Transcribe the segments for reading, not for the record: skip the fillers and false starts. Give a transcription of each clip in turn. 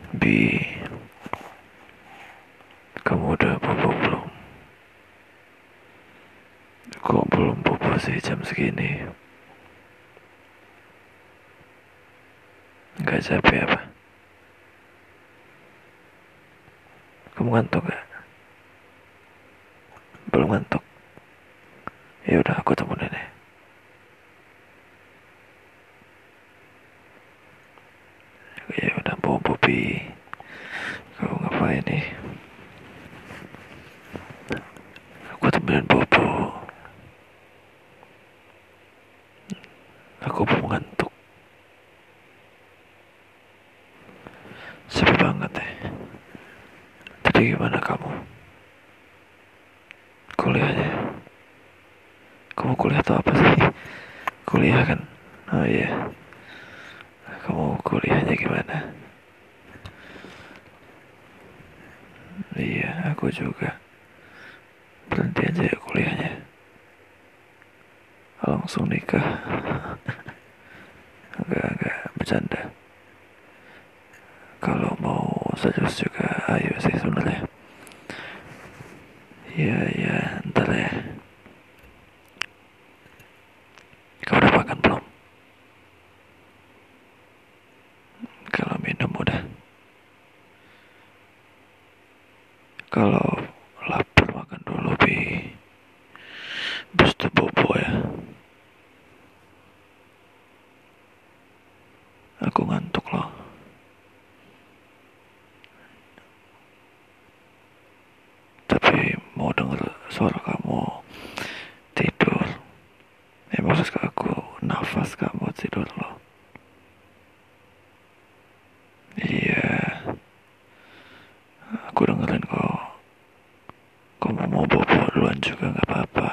Bi, kamu udah bobo belum? Kok belum bobo sih jam segini? Nggak capek apa? Kamu ngantuk gak? Belum ngantuk? Ya udah aku temenin ya. Ya udah bobo Bi. Kau ngapain nih? Aku temenin bobo. Aku belum ngantuk. Sepi banget ya. Tadi gimana kamu? Kuliahnya? Kamu kuliah atau apa sih? Kuliah kan? Oh iya. Kamu kuliahnya gimana? Iya, aku juga. Berhenti aja ya kuliahnya. Langsung nikah. Enggak, bercanda. Kalau mau serius juga ayo sih sebenarnya. Iya, ntar ya. Kau udah makan belum? Kalau minum udah. Kalau lapar makan dulu Bi. Terus tuh bobo ya. Aku ngantuk loh. Tapi mau denger suara kamu tidur. Maksud aku nafas kamu tidur loh. Iya, aku dengerin kok. Kamu mau bobo duluan juga nggak apa-apa.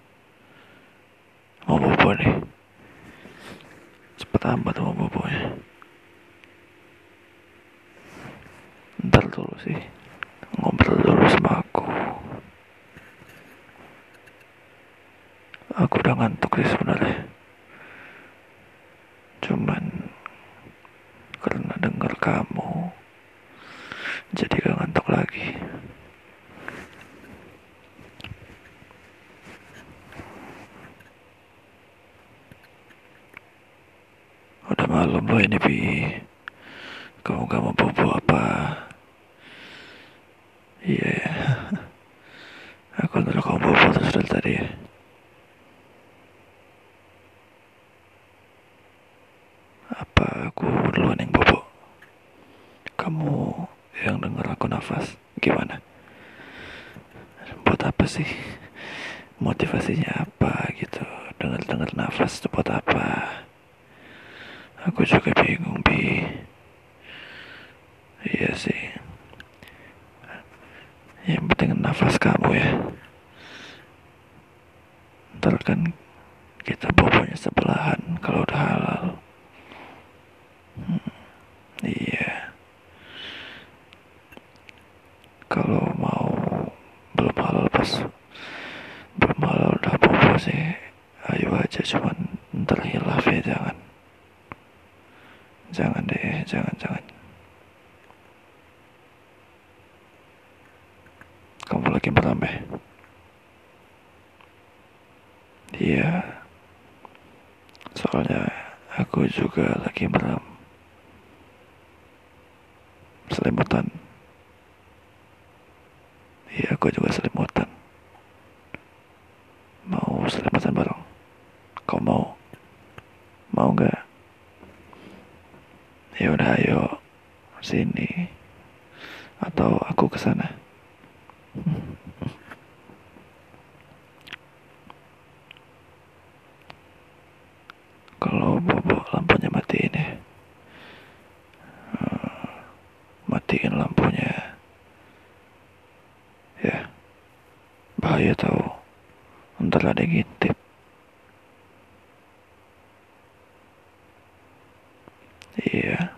Mau bobo nih. Cepet amat mau bobonya. Ntar dulu sih. Ngobrol dulu sama aku. Aku udah ngantuk sih sebenarnya. Cuman karena denger kamu jadi gak ngantuk lagi. Udah malam loh ini Bi. Kamu gak mau bobo apa? Iya ya. Aku ntar kamu bobo terus dari tadi ya. Apa aku duluan yang bobo? Kamu yang denger aku nafas. Gimana? Buat apa sih? Motivasinya apa gitu? Denger-denger nafas itu buat apa? Aku juga bingung Bi. Iya sih. Yang penting nafas kamu ya. Ntar kan kita bobonya sebelahan kalau udah halal. Iya. Kalau mau belum halal pas belum halal udah bobo sih. Ayo aja cuman ntar hilaf ya jangan. Jangan deh, jangan. Kamu lagi merem ya? Iya. Soalnya aku juga lagi merem. Selimutan. Iya, aku juga selimutan. Mau selimutan bareng? Kau mau? Mau nggak? Ya udah ayo sini atau aku ke sana. Kalau bobo lampunya matiin ya. Matiin lampunya. Ya, bahaya tahu. Ntar ada yang ngintip. Iya,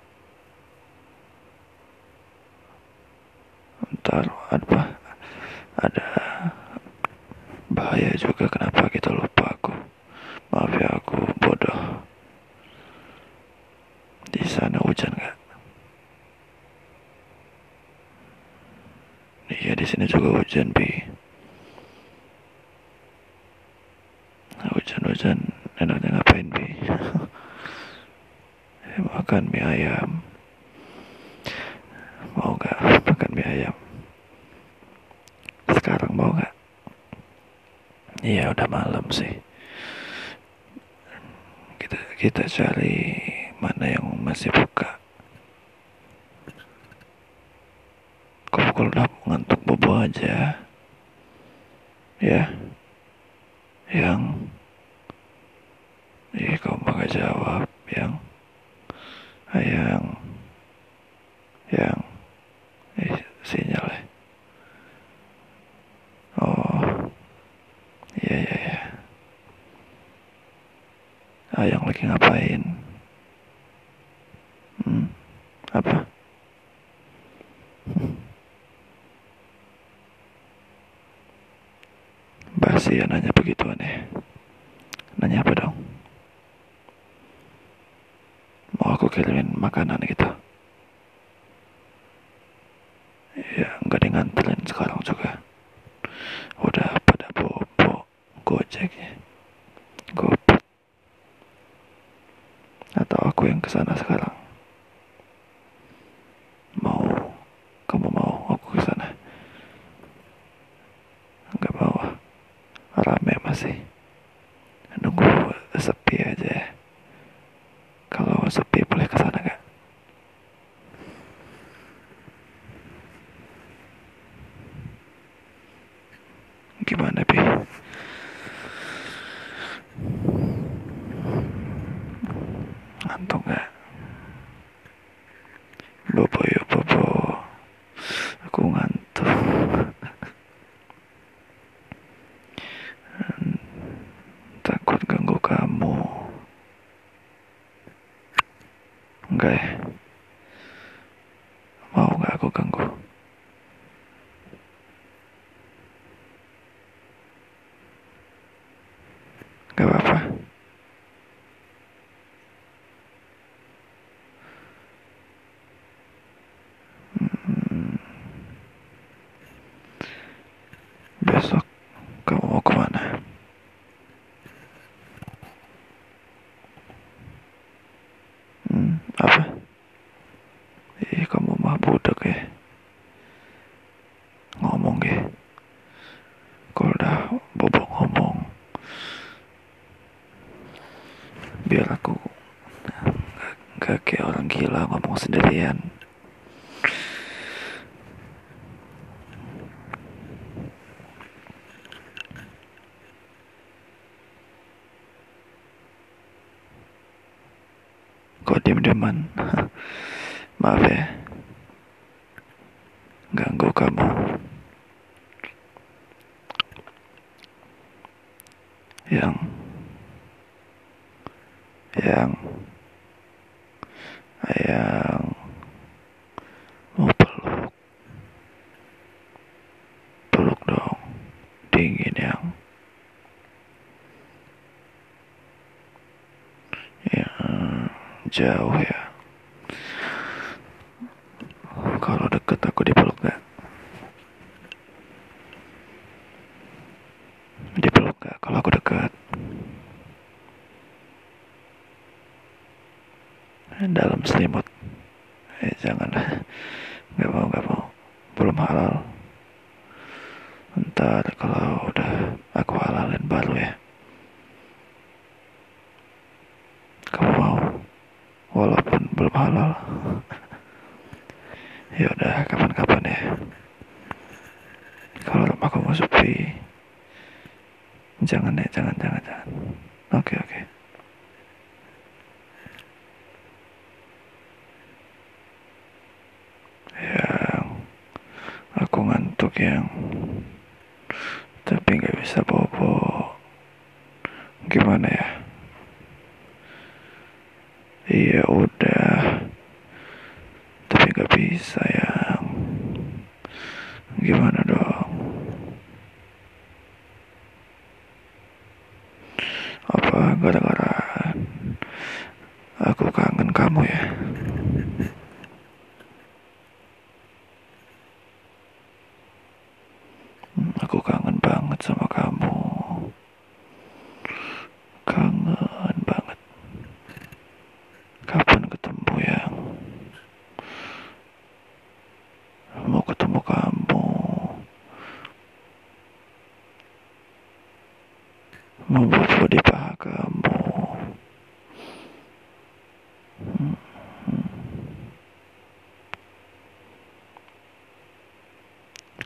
ntar ada bahaya juga kenapa kita lupa aku. Maaf ya aku bodoh. Di sana hujan nggak? di sini juga hujan, Bi. Hujan-hujan enaknya ngapain, Bi? Makan mie ayam. Mau gak makan mie ayam? Sekarang mau gak? Iya, udah malam sih. Kita cari mana yang masih buka. Kalau udah ngantuk bobo aja. Ya, yang kau gak jawab, yang yang sinyal ya. Oh, iya iya iya. Yang lagi ngapain? Apa? Basi ya nanya begituan ya. Nanya apa dong? Mau aku kirimin makanan gitu? Ya nggak di nganterin sekarang juga. Udah pada bobo Gojek ya. Gopet. Atau aku yang kesana sekarang? Kamu mau aku kesana? Nggak mau. Rame masih. Nunggu sepi aja ya. Kalau sepi boleh kesana gak? Gimana, Bi? Ngantuk gak? Bobo yuk bobo. Aku ngantuk. Takut ganggu kamu. Enggak ya? Mau gak aku ganggu? Gak apa-apa. Besok kamu mau kemana? Apa? Kamu mah budak ya. Ngomong ya. Kalau udah bobo ngomong, biar aku gak kayak orang gila ngomong sendirian. Kok diem-dieman? Maaf ya, ganggu kamu. Yang yang yang mau peluk dong, dingin yang jauh ya. Kalau deket aku dipeluk gak? Dipeluk gak kalau aku dekat? Dalam selimut. Jangan. Gak mau. Belum halal. Ntar kalau udah aku halalin baru ya. Kamu mau? Walaupun belum halal. Ya udah, kapan-kapan ya. Kalau rumah kamu sepi, jangan. Oke. Yang aku ngantuk tapi nggak bisa bobo. Gimana ya? Iya udah, tapi nggak bisa Gimana dong? Apa gara-gara aku kangen kamu ya?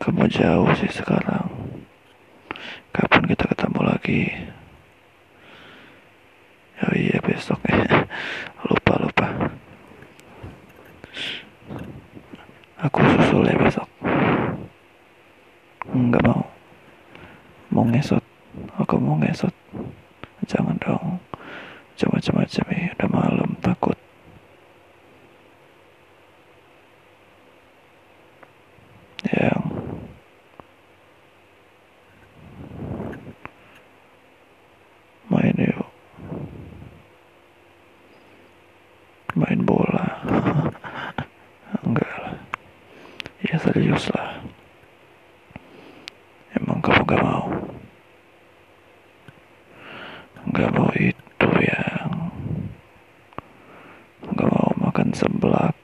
Kamu jauh sih sekarang. Kapan kita ketemu lagi? Oh iya, besok ya. Lupa. Aku susul ya besok. Enggak mau. Mau ngesot. Aku mau ngesot. Jangan dong. Macam-macam ya. Udah malam, takut. Yang main yuk. Main bola. Enggak lah. Ya serius lah. Emang kamu gak mau? Gak mau itu yang gak mau makan seblak.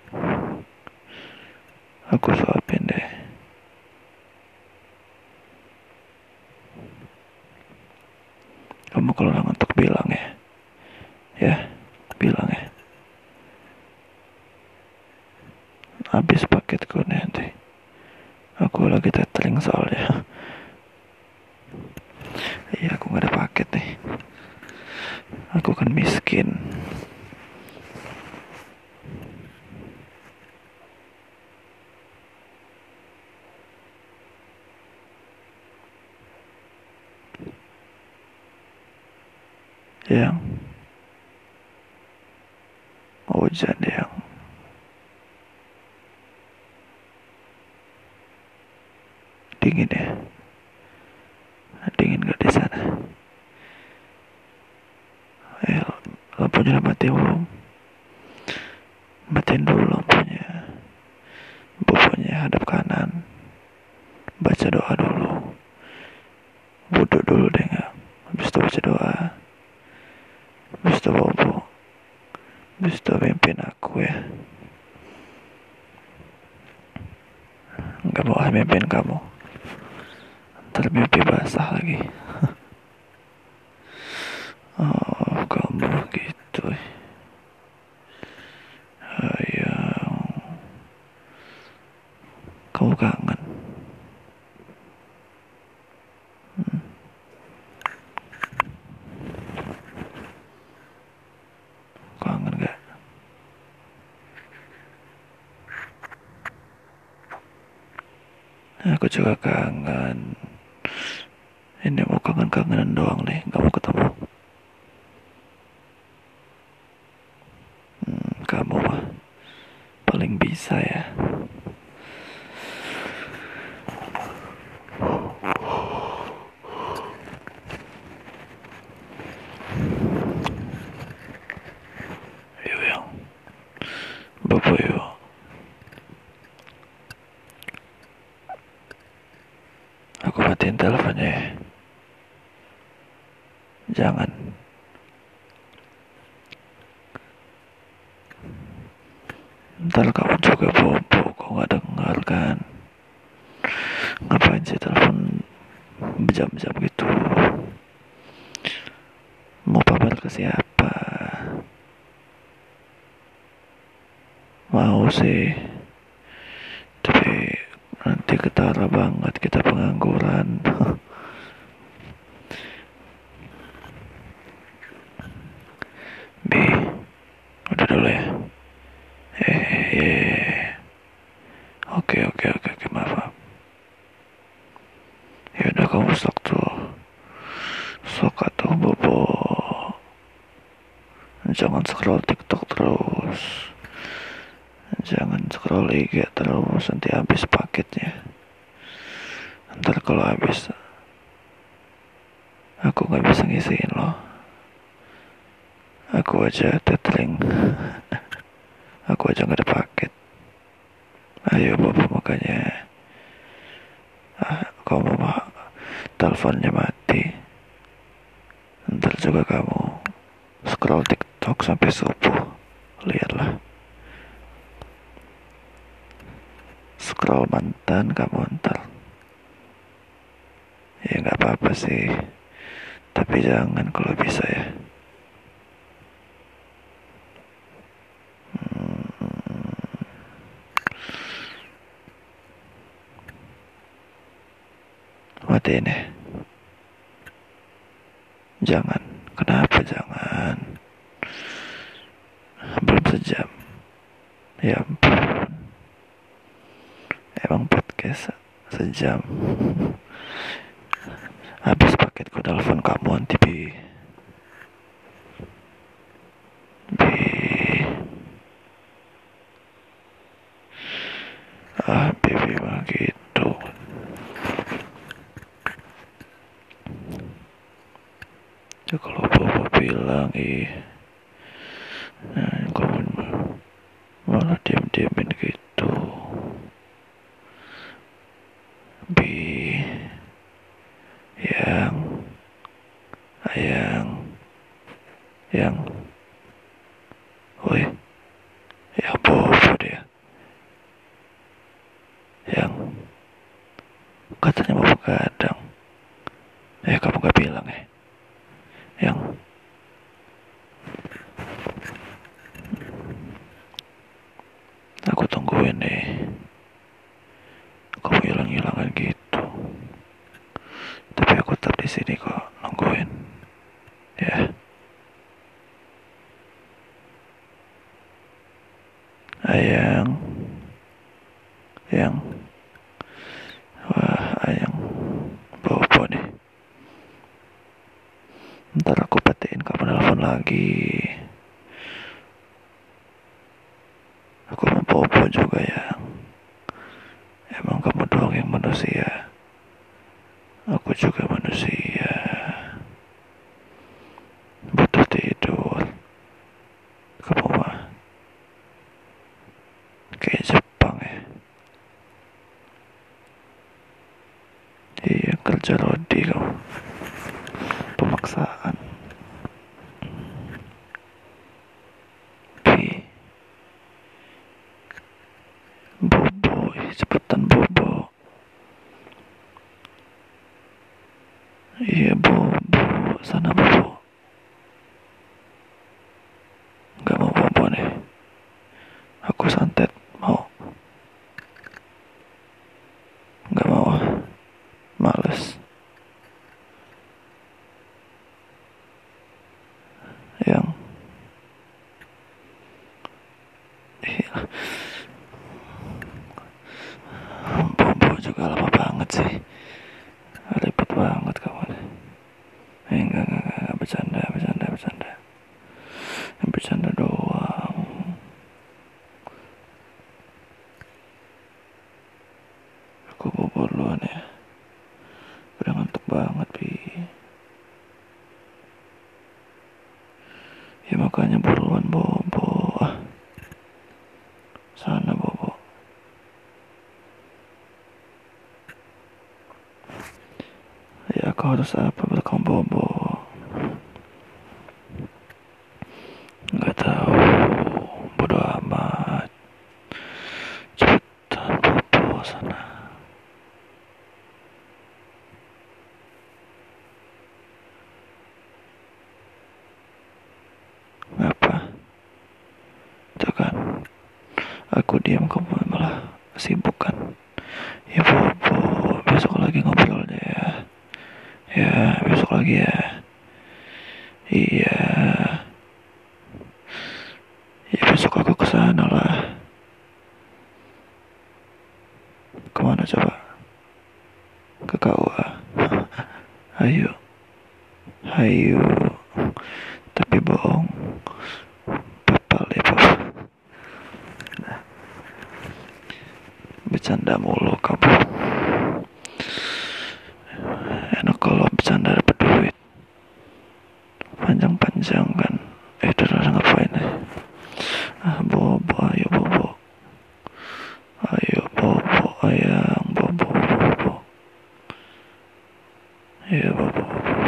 Aku suapin deh. Kamu kalau ngantuk bilang ya. Ya, bilang ya. Habis paketku nanti. Aku lagi tethering soalnya. Iya, aku gak ada paket nih. Aku kan miskin. Yang hujan yang dingin ya. Dingin gak di sana? Lampunya udah mati belum? Matiin dulu lampunya. Bobonya hadap kanan. Baca doa dulu. Wudhu dulu deh nggak? Habis itu baca doa. Habis itu bobo. Habis itu mimpin aku ya. Nggak mau mimpin kamu. Ntar mimpi basah lagi. Oh, kamu gitu. Ayo. Kamu kangen. Kangen gak? Aku juga kangen. Ini mau kangen-kangenan doang nih, gak mau ketemu. Kamu mah paling bisa ya. Yuk yang bobo yuk. Aku matiin teleponnya ya. Jangan. Ntar kamu juga bobo, kok gak dengar kan? Ngapain sih telepon berjam-jam gitu? Mau pamer ke siapa? Mau sih, tapi nanti ketara banget kita pengangguran. Bi, udah dulu ya. Oke, maaf. Ya udah, kamu sok tuh. Sok atau bobo. Jangan scroll TikTok terus. Jangan scroll IG terus, nanti habis paketnya. Ntar kalau habis, aku gak bisa ngisiin loh. Aku aja tethering. Aku aja gak ada paket. Ayo bobo makanya. Kamu mah teleponnya mati. Ntar juga kamu scroll TikTok sampai subuh. Lihatlah. Scroll mantan kamu ntar. Ya gak apa-apa sih. Tapi jangan kalau bisa ya. matiin ya? Jangan. Kenapa jangan? Belum sejam. Ya ampun. Emang podcast sejam. Habis paketku telepon kamu anti Bi. Bibi mah gitu. Ya kalau Bapak bilang kamu malah diam-diamin gitu. Bi, yang, woi, ya Bobo dia, yang katanya mau begadang. Kamu gak bilang ya, yang aku tungguin nih. Kamu hilang-hilangan gitu. Tapi aku tetap di sini kok nungguin. Ya. Yang wah, ayang Bobo nih. Ntar aku patiin kamu telepon lagi. Aku mau Bobo juga ya. Emang kamu doang yang manusia. Aku juga manusia. Butuh tidur. Kamu mah kayak Jepang ya. Iya, kerja rodi kamu. Pemaksaan. Bobo, cepetan Bobo. Iya Bobo, sana Bobo. Gak mau Bobo nih. Aku santet mau. Gak mau. Males. Yang Bobo juga lama banget sih. Ribet banget kamu. Enggak, bercanda doang. Aku Bobo duluan ya. Udah ngantuk banget, Bi. Ya makanya buruan Bobo. Sana Bobo. Ya aku harus apa buat kamu Bobo? Nggak tahu. Bodo amat. Cepetan Bobo sana. Ngapa? Tuh kan. Aku diam kamu malah sibuk kan. Ya Bobo, besok lagi ngobrol deh ya. Ya, besok lagi ya. Iya. Ya besok aku kesana lah. Kemana coba? Ke KUA. Ayo. Tapi bohong. Papal deh Papa. Nah, bercanda mulu kamu. Enak kalau bercanda dapat duit. Panjang-panjang kan. Terus ngapain ya? Bobo, ayo Bobo. Ayo Bobo, ayang Bobo. Iya Bobo.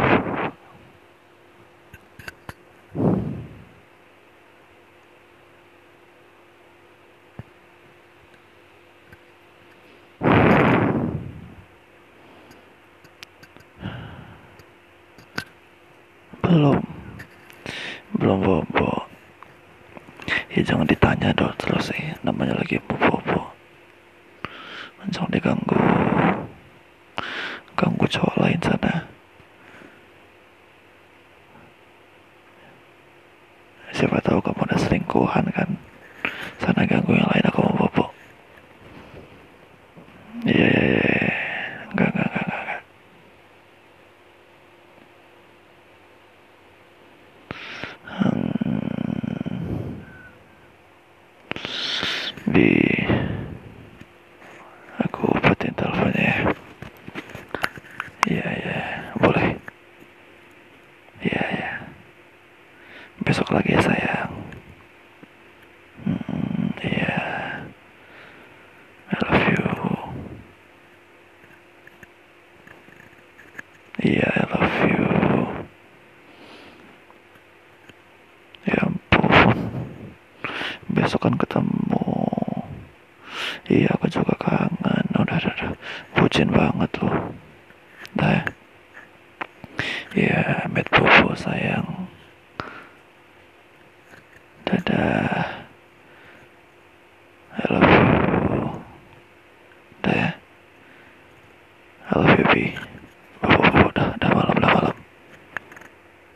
Belum Bobo. Ya jangan ditanya dong terus sih. Namanya lagi Bobo. Jangan diganggu. ganggu cowok lain sana. Siapa tahu kamu ada selingkuhan kan, sana ganggu yang lain, aku mau bobo. Iya, iya, iya, iya. Enggak. Hmm, Bi, aku buatin teleponnya ya. Iya, iya, boleh. Iya, iya. Besok lagi ya sayang. Iya, I love you. Iya, I love you. Ya ampun, besok kan ketemu. Iya, aku juga kangen. Udah. Bucin banget loh. Dah ya.